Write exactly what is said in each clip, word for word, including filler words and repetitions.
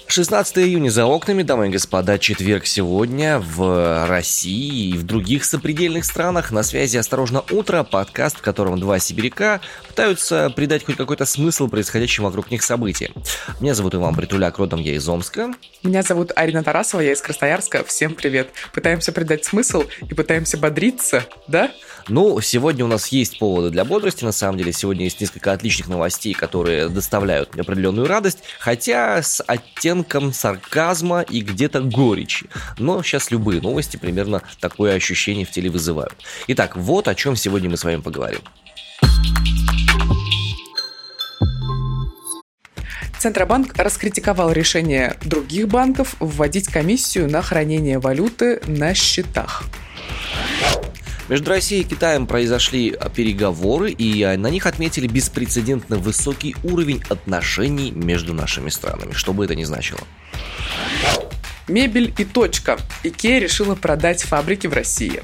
шестнадцатое июня за окнами, дамы и господа, четверг сегодня в России и в других сопредельных странах. На связи «Осторожно, утро», подкаст, в котором два сибиряка пытаются придать хоть какой-то смысл происходящим вокруг них событиям. Меня зовут Иван Притуляк, родом я из Омска. Меня зовут Арина Тарасова, я из Красноярска. Всем привет. Пытаемся придать смысл и пытаемся бодриться, да? Ну, сегодня у нас есть поводы для бодрости, на самом деле. Сегодня есть несколько отличных новостей, которые доставляют мне определенную радость, хотя с оттенком сарказма и где-то горечи. Но сейчас любые новости примерно такое ощущение в теле вызывают. Итак, вот о чем сегодня мы с вами поговорим. Центробанк раскритиковал решение других банков вводить комиссию на хранение валюты на счетах. Между Россией и Китаем произошли переговоры, и на них отметили беспрецедентно высокий уровень отношений между нашими странами, что бы это ни значило. Мебель и точка. Икеа решила продать фабрики в России.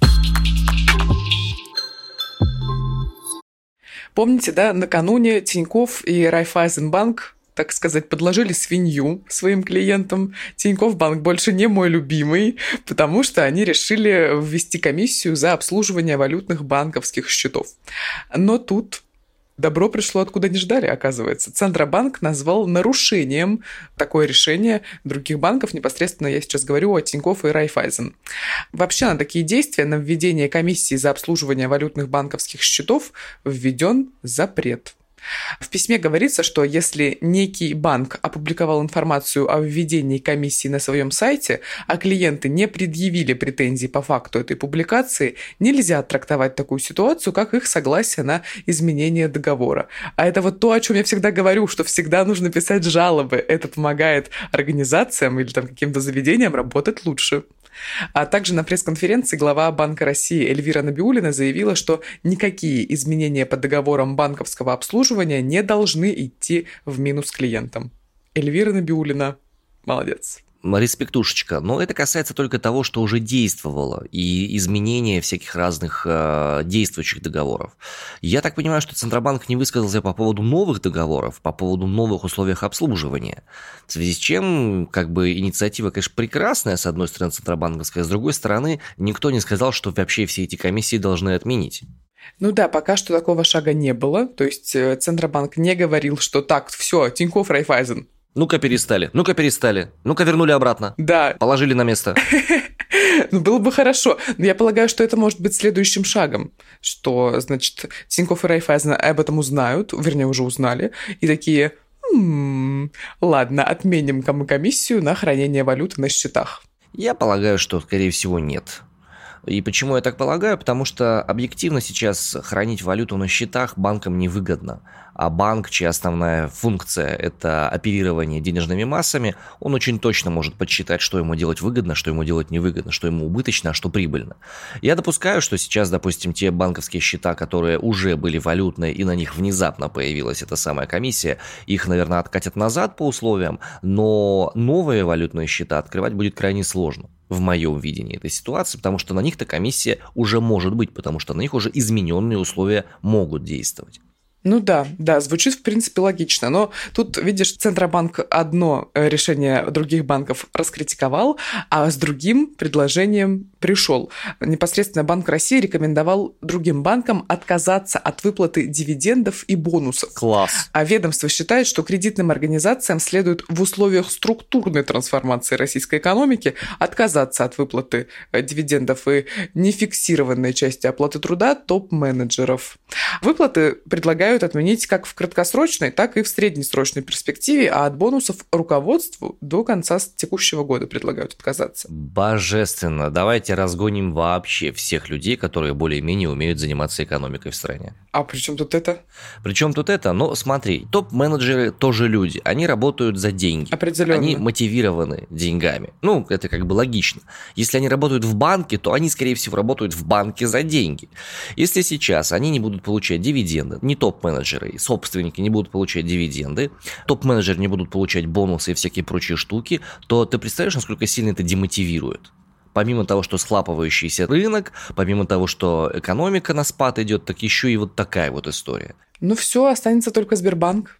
Помните, да, накануне Тинькофф и Райффайзенбанк, так сказать, подложили свинью своим клиентам. Тинькофф банк больше не мой любимый, потому что они решили ввести комиссию за обслуживание валютных банковских счетов. Но тут добро пришло откуда не ждали, оказывается. Центробанк назвал нарушением такое решение других банков. Непосредственно я сейчас говорю о Тинькофф и Райффайзен. Вообще на такие действия, на введение комиссии за обслуживание валютных банковских счетов введен запрет. В письме говорится, что если некий банк опубликовал информацию о введении комиссии на своем сайте, а клиенты не предъявили претензий по факту этой публикации, нельзя трактовать такую ситуацию как их согласие на изменение договора. А это вот то, о чем я всегда говорю, что всегда нужно писать жалобы. Это помогает организациям или там каким-то заведениям работать лучше. А также на пресс-конференции глава Банка России Эльвира Набиуллина заявила, что никакие изменения по договорам банковского обслуживания не должны идти в минус клиентам. Эльвира Набиуллина молодец. Респектушечка, но это касается только того, что уже действовало, и изменения всяких разных э, действующих договоров. Я так понимаю, что Центробанк не высказался по поводу новых договоров, по поводу новых условий обслуживания, в связи с чем, как бы, инициатива, конечно, прекрасная, с одной стороны, центробанковская, с другой стороны, никто не сказал, что вообще все эти комиссии должны отменить. Ну да, пока что такого шага не было, то есть Центробанк не говорил, что так, все, Тинькофф, Райффайзен. Ну-ка перестали, ну-ка перестали, ну-ка вернули обратно. Да. Положили на место. Ну, было бы хорошо. Но я полагаю, что это может быть следующим шагом, что, значит, Тинькофф и Райффайзен об этом узнают, вернее, уже узнали, и такие, м-м, ладно, отменим комиссию на хранение валюты на счетах. Я полагаю, что, скорее всего, нет. И почему я так полагаю? Потому что объективно сейчас хранить валюту на счетах банкам невыгодно. А банк, чья основная функция – это оперирование денежными массами, он очень точно может подсчитать, что ему делать выгодно, что ему делать невыгодно, что ему убыточно, а что прибыльно. Я допускаю, что сейчас, допустим, те банковские счета, которые уже были валютные, и на них внезапно появилась эта самая комиссия, их, наверное, откатят назад по условиям, но новые валютные счета открывать будет крайне сложно. В моем видении этой ситуации, потому что на них-то комиссия уже может быть, потому что на них уже измененные условия могут действовать. Ну да, да, звучит в принципе логично, но тут, видишь, Центробанк одно решение других банков раскритиковал, а с другим предложением пришел. Непосредственно Банк России рекомендовал другим банкам отказаться от выплаты дивидендов и бонусов. Класс. А ведомство считает, что кредитным организациям следует в условиях структурной трансформации российской экономики отказаться от выплаты дивидендов и нефиксированной части оплаты труда топ-менеджеров. Выплаты предлагают отменить как в краткосрочной, так и в среднесрочной перспективе, а от бонусов руководству до конца текущего года предлагают отказаться. Божественно. Давайте разгоним вообще всех людей, которые более-менее умеют заниматься экономикой в стране. А при чем тут это? При чем тут это? Ну, смотри, топ-менеджеры тоже люди. Они работают за деньги. Определенно. Они мотивированы деньгами. Ну, это как бы логично. Если они работают в банке, то они, скорее всего, работают в банке за деньги. Если сейчас они не будут получать дивиденды, не топ-менеджеры, собственники не будут получать дивиденды, топ-менеджеры не будут получать бонусы и всякие прочие штуки, то ты представляешь, насколько сильно это демотивирует? Помимо того, что схлапывающийся рынок, помимо того, что экономика на спад идет, так еще и вот такая вот история. Ну все, останется только Сбербанк.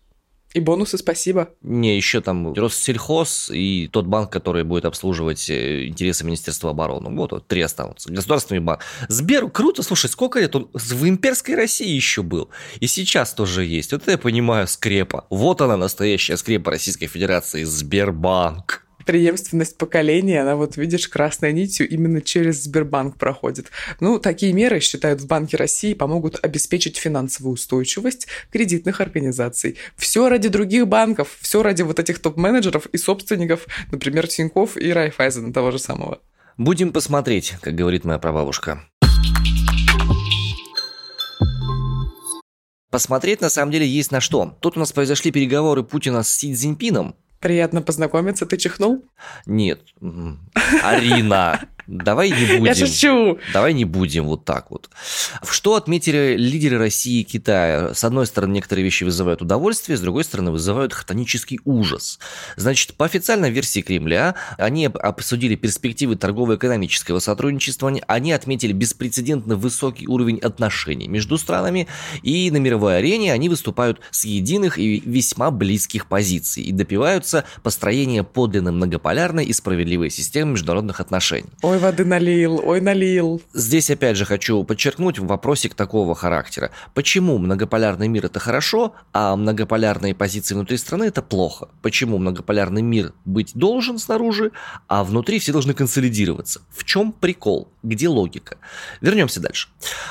И бонусы спасибо. Не, еще там Россельхоз и тот банк, который будет обслуживать интересы Министерства обороны. Вот, вот три останутся. Государственный банк. Сбер, круто, слушай, сколько лет он в имперской России еще был. И сейчас тоже есть. Вот это я понимаю, скрепа. Вот она, настоящая скрепа Российской Федерации, Сбербанк. Преемственность поколений, она вот, видишь, красной нитью именно через Сбербанк проходит. Ну, такие меры, считают в Банке России, помогут обеспечить финансовую устойчивость кредитных организаций. Все ради других банков, все ради вот этих топ-менеджеров и собственников, например, Тинькофф и Райфайзена того же самого. Будем посмотреть, как говорит моя прабабушка. Посмотреть, на самом деле, есть на что. Тут у нас произошли переговоры Путина с Си Цзиньпином. Приятно познакомиться. Ты чихнул? Нет. Арина, давай не будем. Я шучу. Давай не будем вот так вот. Что отметили лидеры России и Китая? С одной стороны, некоторые вещи вызывают удовольствие, с другой стороны, вызывают хтонический ужас. Значит, по официальной версии Кремля, они обсудили перспективы торгово-экономического сотрудничества, они отметили беспрецедентно высокий уровень отношений между странами, и на мировой арене они выступают с единых и весьма близких позиций и добиваются построения подлинно многополярной и справедливой системы международных отношений. Ой, воды налил, ой, налил. Здесь, опять же, хочу подчеркнуть вопросик такого характера. Почему многополярный мир – это хорошо, а многополярные позиции внутри страны – это плохо? Почему многополярный мир быть должен снаружи, а внутри все должны консолидироваться? В чем прикол? Где логика? Вернемся дальше.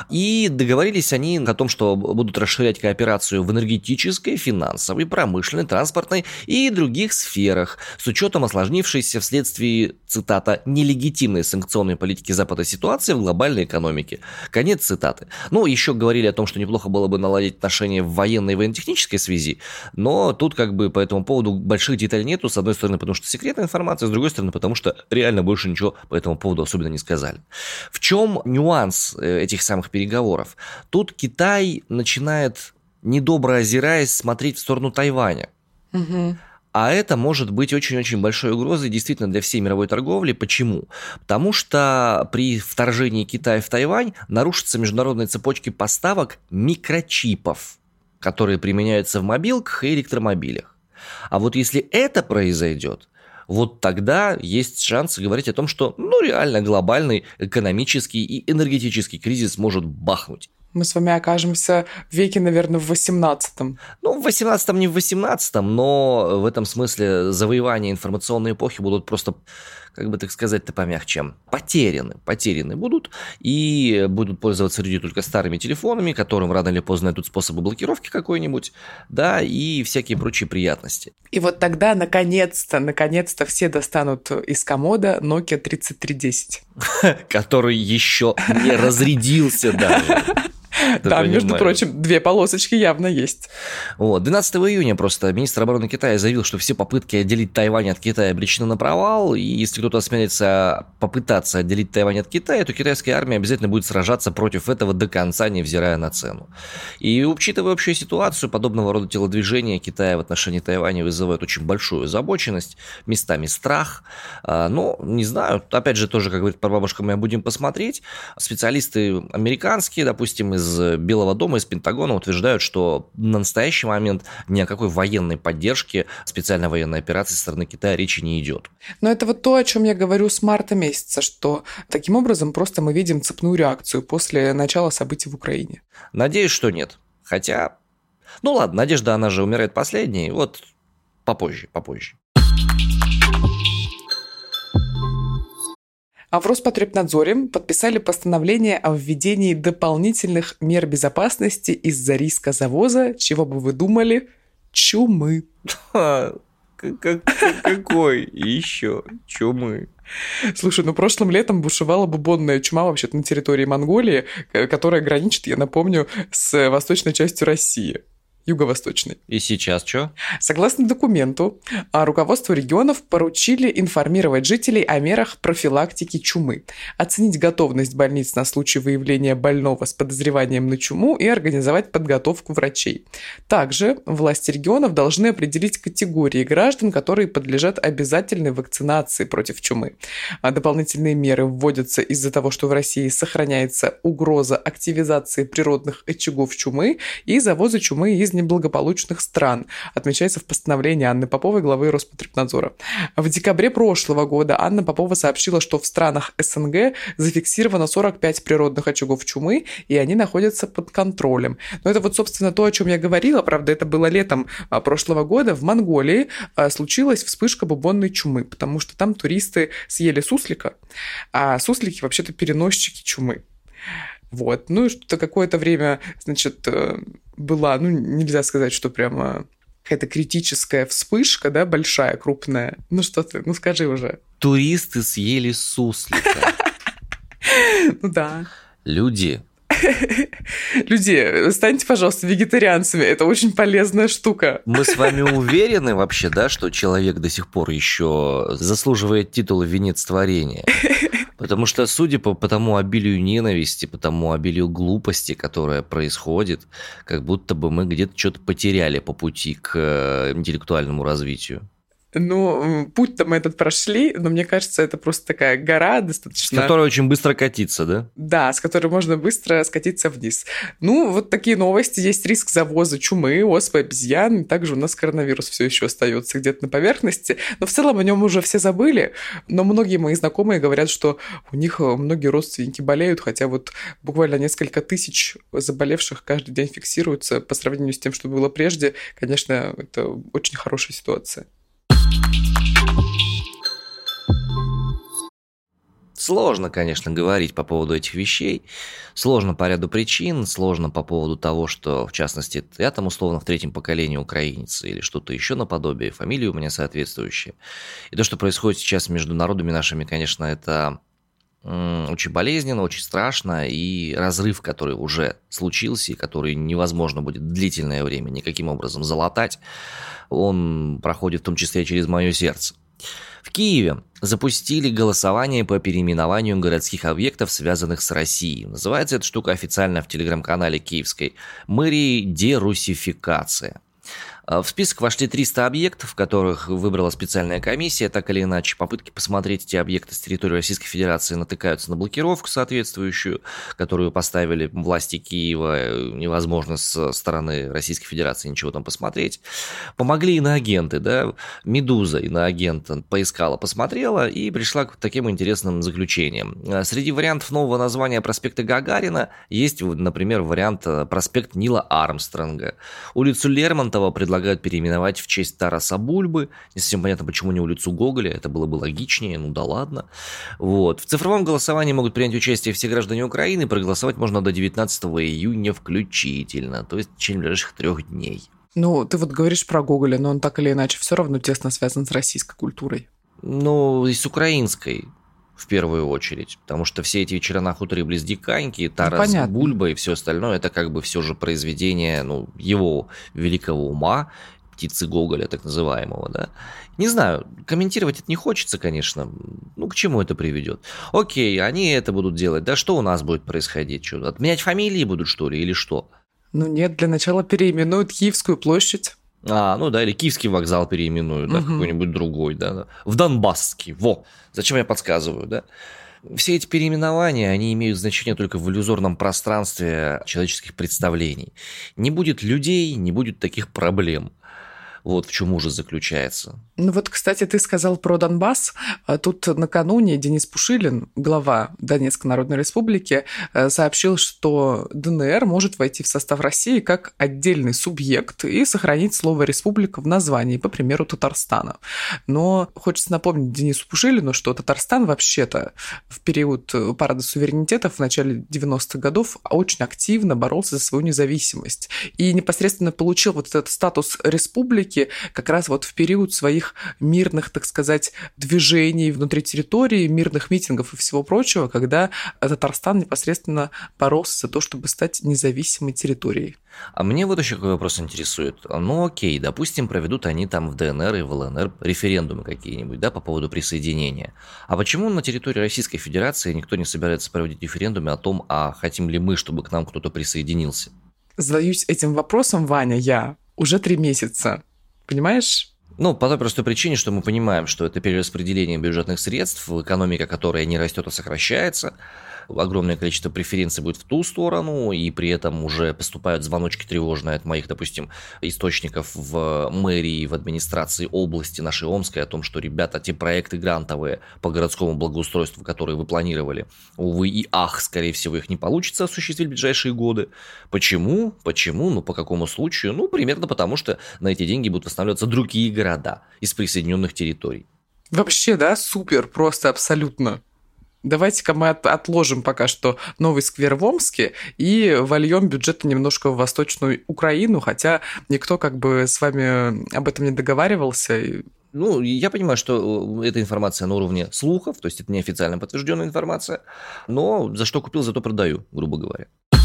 И договорились они о том, что будут расширять кооперацию в энергетической, финансовой, промышленной, транспортной и других сферах, с учетом осложнившейся вследствие, цитата, «нелегитимной санкционной политики Запада ситуации в глобальной экономике». Конец цитаты. Ну, еще говорили о том, что неплохо было бы наладить отношения в военной и военно-технической связи, но тут как бы по этому поводу больших деталей нету, с одной стороны, потому что секретная информация, с другой стороны, потому что реально больше ничего по этому поводу особенно не сказали. В чем нюанс этих самых переговоров? Тут Китай начинает, недобро озираясь, смотреть в сторону Тайваня. Угу. А это может быть очень-очень большой угрозой действительно для всей мировой торговли. Почему? Потому что при вторжении Китая в Тайвань нарушатся международные цепочки поставок микрочипов, которые применяются в мобилках и электромобилях. А вот если это произойдет, вот тогда есть шанс говорить о том, что ну, реально глобальный экономический и энергетический кризис может бахнуть. Мы с вами окажемся в веке, наверное, в восемнадцатом. Ну, в восемнадцатом, не в восемнадцатом, но в этом смысле завоевания информационной эпохи будут просто, как бы так сказать-то помягче, потеряны. Потеряны будут и будут пользоваться люди только старыми телефонами, которым рано или поздно найдут способы блокировки какой-нибудь, да, и всякие прочие приятности. И вот тогда, наконец-то, наконец-то все достанут из комода Nokia тридцать три десять. Который еще не разрядился даже. Там, между прочим, две полосочки явно есть. Вот. двенадцатого июня просто министр обороны Китая заявил, что все попытки отделить Тайвань от Китая обречены на провал, и если кто-то осмелится попытаться отделить Тайвань от Китая, то китайская армия обязательно будет сражаться против этого до конца, невзирая на цену. И учитывая общую ситуацию, подобного рода телодвижения Китая в отношении Тайваня вызывают очень большую озабоченность, местами страх. Но, не знаю, опять же, тоже, как говорит прабабушка моя, будем посмотреть. Специалисты американские, допустим, из Белого дома, из Пентагона утверждают, что на настоящий момент ни о какой военной поддержке, специальной военной операции со стороны Китая речи не идет. Но это вот то, о чем я говорю с марта месяца, что таким образом просто мы видим цепную реакцию после начала событий в Украине. Надеюсь, что нет. Хотя, ну ладно, надежда, она же умирает последней, вот попозже, попозже. А в Роспотребнадзоре подписали постановление о введении дополнительных мер безопасности из-за риска завоза, чего бы вы думали, чумы. Какой еще чумы? Слушай, ну прошлым летом бушевала бубонная чума вообще-то на территории Монголии, которая граничит, я напомню, с восточной частью России. Юго-восточной. И сейчас что? Согласно документу, руководству регионов поручили информировать жителей о мерах профилактики чумы, оценить готовность больниц на случай выявления больного с подозреванием на чуму и организовать подготовку врачей. Также власти регионов должны определить категории граждан, которые подлежат обязательной вакцинации против чумы. А дополнительные меры вводятся из-за того, что в России сохраняется угроза активизации природных очагов чумы и завоза чумы из неблагополучных стран, отмечается в постановлении Анны Поповой, главы Роспотребнадзора. В декабре прошлого года Анна Попова сообщила, что в странах СНГ зафиксировано сорок пять природных очагов чумы, и они находятся под контролем. Но это вот, собственно, то, о чем я говорила, правда, это было летом прошлого года. В Монголии случилась вспышка бубонной чумы, потому что там туристы съели суслика, а суслики вообще-то переносчики чумы. Вот. Ну и что-то какое-то время, значит, была, ну, нельзя сказать, что прямо какая-то критическая вспышка, да, большая, крупная. Ну что ты, ну скажи уже. Туристы съели суслика. Ну да. Люди. Люди, станьте, пожалуйста, вегетарианцами. Это очень полезная штука. Мы с вами уверены вообще, да, что человек до сих пор еще заслуживает титула венец творения? Потому что, судя по, по тому обилию ненависти, по тому обилию глупости, которая происходит, как будто бы мы где-то что-то потеряли по пути к интеллектуальному развитию. Ну, путь-то мы этот прошли, но мне кажется, это просто такая гора достаточно... С которой очень быстро катиться, да? Да, с которой можно быстро скатиться вниз. Ну, вот такие новости. Есть риск завоза чумы, оспы, обезьян. Также у нас коронавирус все еще остается где-то на поверхности. Но в целом о нем уже все забыли. Но многие мои знакомые говорят, что у них многие родственники болеют, хотя вот буквально несколько тысяч заболевших каждый день фиксируются. По сравнению с тем, что было прежде, конечно, это очень хорошая ситуация. Сложно, конечно, говорить по поводу этих вещей. Сложно по ряду причин. Сложно по поводу того, что, в частности, я там условно в третьем поколении украинец или что-то еще наподобие, фамилия у меня соответствующая. И то, что происходит сейчас между народами нашими, конечно, это м- очень болезненно, очень страшно. И разрыв, который уже случился и который невозможно будет длительное время никаким образом залатать, он проходит в том числе через мое сердце. В Киеве запустили голосование по переименованию городских объектов, связанных с Россией. Называется эта штука официально в телеграм-канале киевской мэрии «Дерусификация». В список вошли триста объектов, которых выбрала специальная комиссия. Так или иначе, попытки посмотреть эти объекты с территории Российской Федерации натыкаются на блокировку соответствующую, которую поставили власти Киева. Невозможно с стороны Российской Федерации ничего там посмотреть. Помогли иноагенты, да. «Медуза» иноагента поискала, посмотрела и пришла к таким интересным заключениям. Среди вариантов нового названия проспекта Гагарина есть, например, вариант проспект Нила Армстронга. Улицу Лермонтова предлагают переименовать в честь Тараса Бульбы. Не совсем понятно, почему не улицу Гоголя. Это было бы логичнее, ну да ладно. Вот. В цифровом голосовании могут принять участие все граждане Украины. Проголосовать можно до девятнадцатого июня включительно. То есть в течение ближайших трех дней. Ну, ты вот говоришь про Гоголя, но он так или иначе все равно тесно связан с российской культурой. Ну, и с украинской. В первую очередь, потому что все эти вечера на хуторе близ Диканьки, Тарас ну, Бульба и все остальное, это как бы все же произведение, ну, его великого ума, птицы Гоголя, так называемого, да. Не знаю, комментировать это не хочется, конечно. Ну, к чему это приведет? Окей, они это будут делать. Да что у нас будет происходить? Что, отменять фамилии будут, что ли, или что? Ну нет, для начала переименуют Киевскую площадь. А, ну да, или Киевский вокзал переименуют, да, угу. какой-нибудь другой, да, да. В Донбасский, во, зачем я подсказываю, да. Все эти переименования, они имеют значение только в иллюзорном пространстве человеческих представлений. Не будет людей, не будет таких проблем. Вот в чем ужас заключается. Ну вот, кстати, ты сказал про Донбасс. Тут накануне Денис Пушилин, глава Донецкой Народной Республики, сообщил, что ДНР может войти в состав России как отдельный субъект и сохранить слово «республика» в названии, по примеру Татарстана. Но хочется напомнить Денису Пушилину, что Татарстан вообще-то в период парада суверенитета в начале девяностых годов очень активно боролся за свою независимость и непосредственно получил вот этот статус республики как раз вот в период своих мирных, так сказать, движений внутри территории, мирных митингов и всего прочего, когда Татарстан непосредственно боролся за то, чтобы стать независимой территорией. А мне вот еще какой вопрос интересует. Ну окей, допустим, проведут они там в ДНР и в ЛНР референдумы какие-нибудь, да, по поводу присоединения. А почему на территории Российской Федерации никто не собирается проводить референдумы о том, а хотим ли мы, чтобы к нам кто-то присоединился? Задаюсь этим вопросом, Ваня, я уже три месяца. Понимаешь? Ну, по той простой причине, что мы понимаем, что это перераспределение бюджетных средств, экономика которая не растет, а сокращается. огромное количество преференций будет в ту сторону, и при этом уже поступают звоночки тревожные от моих, допустим, источников в мэрии, в администрации области нашей Омской о том, что, ребята, те проекты грантовые по городскому благоустройству, которые вы планировали, увы и ах, скорее всего, их не получится осуществить в ближайшие годы. Почему? Почему? Ну, по какому случаю? Ну, примерно потому, что на эти деньги будут восстанавливаться другие города из присоединенных территорий. Вообще, да, супер, просто абсолютно. Давайте-ка мы от, отложим пока что новый сквер в Омске и вольем бюджеты немножко в Восточную Украину, хотя никто как бы с вами об этом не договаривался. Ну, я понимаю, что эта информация на уровне слухов, то есть это неофициально подтвержденная информация, но за что купил, зато продаю, грубо говоря.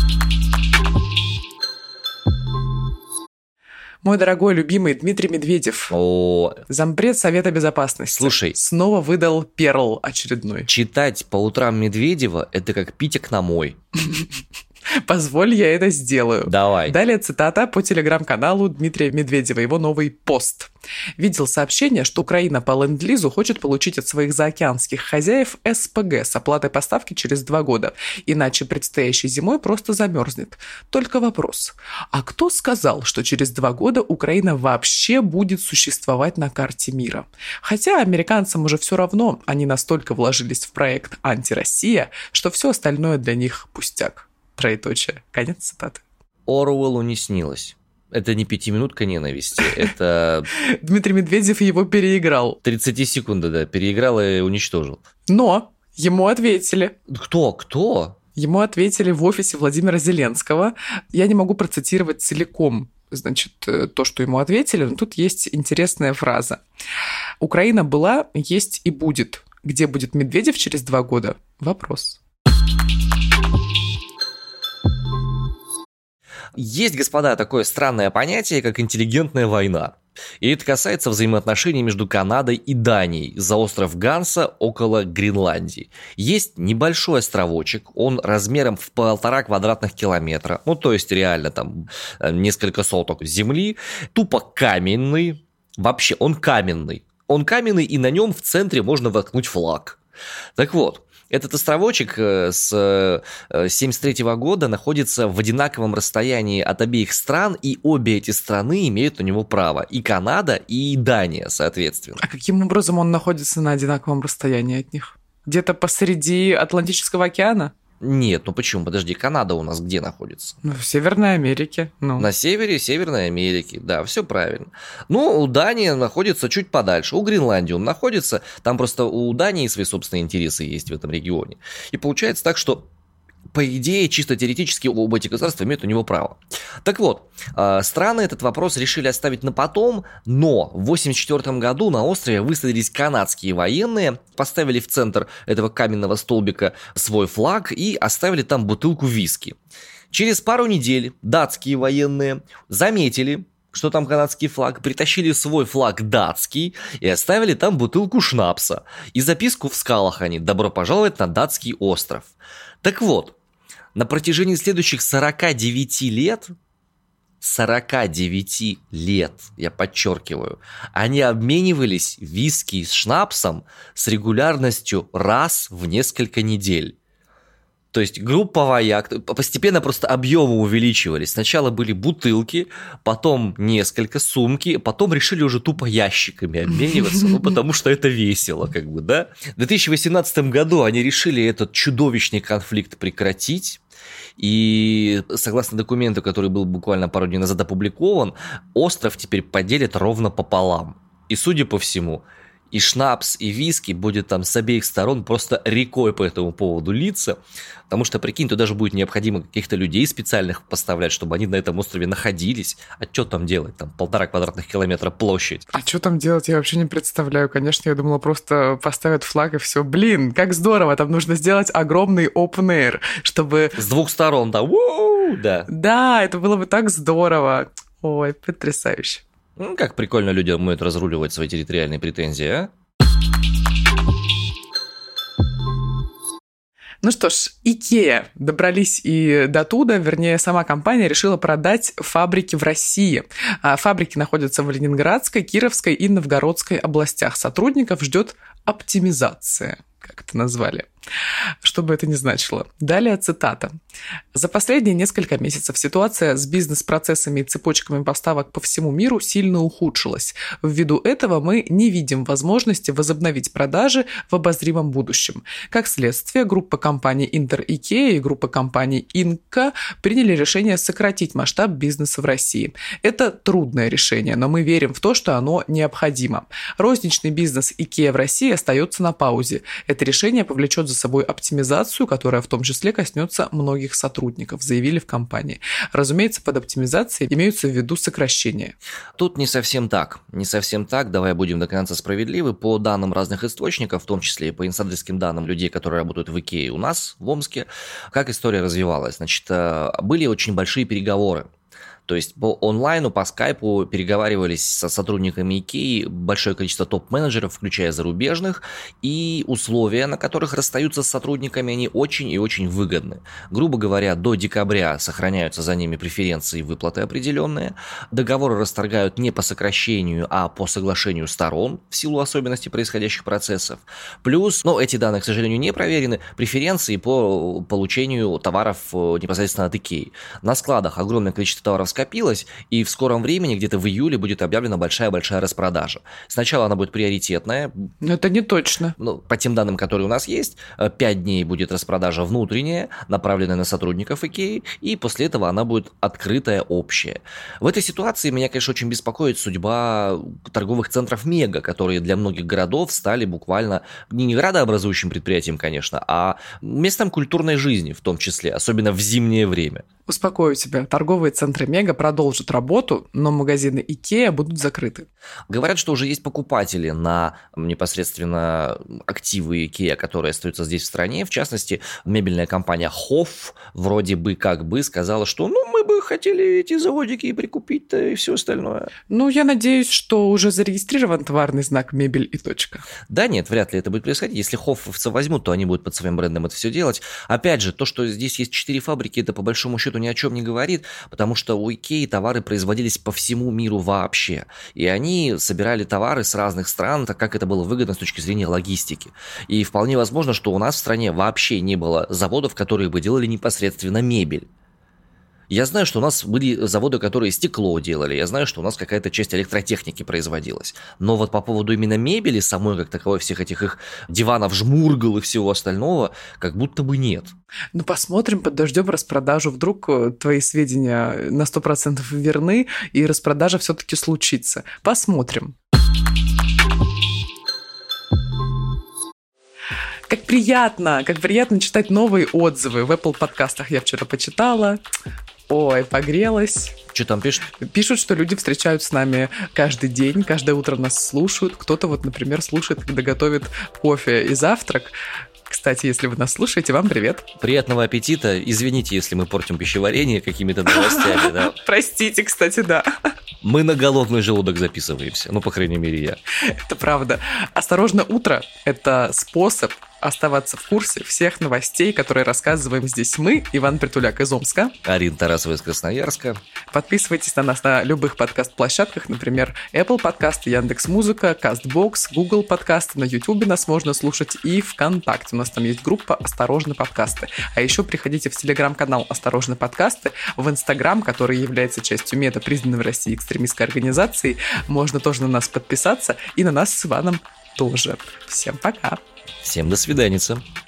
Мой дорогой, любимый Дмитрий Медведев, О... зампред Совета Безопасности, Слушай, снова выдал перл очередной. Читать по утрам Медведева – это как пить окномой. Позволь, я это сделаю. Давай. Далее цитата по телеграм-каналу Дмитрия Медведева, его новый пост. Видел сообщение, что Украина по ленд-лизу хочет получить от своих заокеанских хозяев эс пэ гэ с оплатой поставки через два года, иначе предстоящей зимой просто замерзнет. Только вопрос, а кто сказал, что через два года Украина вообще будет существовать на карте мира? Хотя американцам уже все равно, они настолько вложились в проект «Антироссия», что все остальное для них пустяк. Троеточие. Конец цитаты. Оруэллу не снилось. Это не пятиминутка ненависти, это... Дмитрий Медведев его переиграл. тридцать секунд, да, переиграл и уничтожил. Но ему ответили. Кто? Кто? Ему ответили в офисе Владимира Зеленского. Я не могу процитировать целиком, значит, то, что ему ответили, но тут есть интересная фраза. «Украина была, есть и будет. Где будет Медведев через два года? Вопрос». Есть, господа, такое странное понятие, как интеллигентная война. И это касается взаимоотношений между Канадой и Данией за остров Ганса около Гренландии. Есть небольшой островочек, он размером в полтора квадратных километра, ну то есть реально там несколько соток земли, тупо каменный, вообще он каменный. Он каменный, и на нем в центре можно воткнуть флаг. Так вот, этот островочек с семьдесят третьего года находится в одинаковом расстоянии от обеих стран, и обе эти страны имеют на него право. И Канада, и Дания, соответственно. А каким образом он находится на одинаковом расстоянии от них? Где-то посреди Атлантического океана? Нет, ну почему? Подожди, Канада у нас где находится? Ну, в Северной Америке. Ну. На севере Северной Америки, да, все правильно. Ну, у Дании находится чуть подальше, у Гренландии он находится, там просто у Дании свои собственные интересы есть в этом регионе. И получается так, что по идее, чисто теоретически оба эти государства имеют у него право. Так вот, страны этот вопрос решили оставить на потом, но в восемьдесят четвёртом году на острове высадились канадские военные, поставили в центр этого каменного столбика свой флаг и оставили там бутылку виски. Через пару недель датские военные заметили, что там канадский флаг, притащили свой флаг датский и оставили там бутылку шнапса. И записку в скалах «Добро пожаловать на датский остров». Так вот, на протяжении следующих сорока девяти лет, сорока девяти лет, я подчеркиваю, они обменивались виски с шнапсом с регулярностью раз в несколько недель. То есть группа вояк, постепенно просто объемы увеличивались. Сначала были бутылки, потом несколько сумки, потом решили уже тупо ящиками обмениваться, ну потому что это весело, как бы, да. В две тысячи восемнадцатом году они решили этот чудовищный конфликт прекратить. И согласно документу, который был буквально пару дней назад опубликован, остров теперь поделят ровно пополам. И судя по всему, и шнапс, и виски будет там с обеих сторон просто рекой по этому поводу литься, потому что, прикинь, туда даже будет необходимо каких-то людей специальных поставлять, чтобы они на этом острове находились. А что там делать? Там полтора квадратных километра площадь. А что там делать, я вообще не представляю. Конечно, я думала, просто поставят флаг и все. Блин, как здорово, там нужно сделать огромный open air, чтобы... С двух сторон, да, у-у-у, да. Да, это было бы так здорово. Ой, потрясающе. Ну, как прикольно люди умеют разруливать свои территориальные претензии, а? Ну что ж, Икеа добрались и до туда, вернее, сама компания решила продать фабрики в России. А фабрики находятся в Ленинградской, Кировской и Новгородской областях. Сотрудников ждет оптимизация, как это назвали. Что бы это ни значило. Далее цитата. «За последние несколько месяцев ситуация с бизнес-процессами и цепочками поставок по всему миру сильно ухудшилась. Ввиду этого мы не видим возможности возобновить продажи в обозримом будущем. Как следствие, группа компаний Интер Икеа и группа компаний Инка приняли решение сократить масштаб бизнеса в России. Это трудное решение, но мы верим в то, что оно необходимо. Розничный бизнес Икеа в России остается на паузе. Это решение повлечет за собой оптимизацию, которая в том числе коснется многих сотрудников», заявили в компании. Разумеется, под оптимизацией имеются в виду сокращения. Тут не совсем так. Не совсем так. Давай будем до конца справедливы. По данным разных источников, в том числе и по инсайдерским данным людей, которые работают в Икее у нас, в Омске, как история развивалась. Значит, были очень большие переговоры. То есть по онлайну, по скайпу переговаривались со сотрудниками Икеи большое количество топ-менеджеров, включая зарубежных, и условия, на которых расстаются с сотрудниками, они очень и очень выгодны. Грубо говоря, до декабря сохраняются за ними преференции и выплаты определенные, договоры расторгают не по сокращению, а по соглашению сторон в силу особенностей происходящих процессов. Плюс, ну, эти данные, к сожалению, не проверены, преференции по получению товаров непосредственно от Икеи. На складах огромное количество товаров скопилось, и в скором времени, где-то в июле, будет объявлена большая-большая распродажа. Сначала она будет приоритетная. Но это не точно. Ну, по тем данным, которые у нас есть, пять дней будет распродажа внутренняя, направленная на сотрудников Икеи, и после этого она будет открытая, общая. В этой ситуации меня, конечно, очень беспокоит судьба торговых центров Мега, которые для многих городов стали буквально не градообразующим предприятием, конечно, а местом культурной жизни в том числе, особенно в зимнее время. Успокою тебя, торговые центры Мега продолжат работу, но магазины Икеа будут закрыты. Говорят, что уже есть покупатели на непосредственно активы Икеа, которые остаются здесь в стране. В частности, мебельная компания Хофф вроде бы как бы сказала, что ну мы бы хотели эти заводики и прикупить-то и все остальное. Ну, я надеюсь, что уже зарегистрирован товарный знак «Мебель и точка». Да нет, вряд ли это будет происходить. Если Хоффовцы возьмут, то они будут под своим брендом это все делать. Опять же, то, что здесь есть четыре фабрики, это по большому счету ни о чем не говорит, потому что у Икеи товары производились по всему миру вообще. И они собирали товары с разных стран, так как это было выгодно с точки зрения логистики. И вполне возможно, что у нас в стране вообще не было заводов, которые бы делали непосредственно мебель. Я знаю, что у нас были заводы, которые стекло делали, я знаю, что у нас какая-то часть электротехники производилась. Но вот по поводу именно мебели, самой как таковой, всех этих их диванов, жмургал и всего остального, как будто бы нет. Ну, посмотрим, подождем распродажу. Вдруг твои сведения на сто процентов верны, и распродажа все-таки случится. Посмотрим. Как приятно, как приятно читать новые отзывы. В Apple подкастах я вчера почитала. Ой, погрелась. Что там пишут? Пишут, что люди встречаются с нами каждый день, каждое утро нас слушают. Кто-то вот, например, слушает, когда готовит кофе и завтрак. Кстати, если вы нас слушаете, вам привет. Приятного аппетита. Извините, если мы портим пищеварение какими-то новостями, да? Простите, кстати, да. Мы на голодный желудок записываемся. Ну, по крайней мере, я. Это правда. «Осторожно, утро» — это способ оставаться в курсе всех новостей, которые рассказываем здесь мы, Иван Притуляк из Омска. Арина Тарасова из Красноярска. Подписывайтесь на нас на любых подкаст-площадках, например, Apple подкасты, Яндекс.Музыка, Castbox, Google подкасты. На YouTube нас можно слушать и ВКонтакте. У нас там есть группа «Осторожно, подкасты». А еще приходите в телеграм-канал «Осторожно, подкасты», в Инстаграм, который является частью МЕДа, признанной в России экстремистской организацией. Можно тоже на нас подписаться, и на нас с Иваном тоже. Всем пока! Всем до свиданица.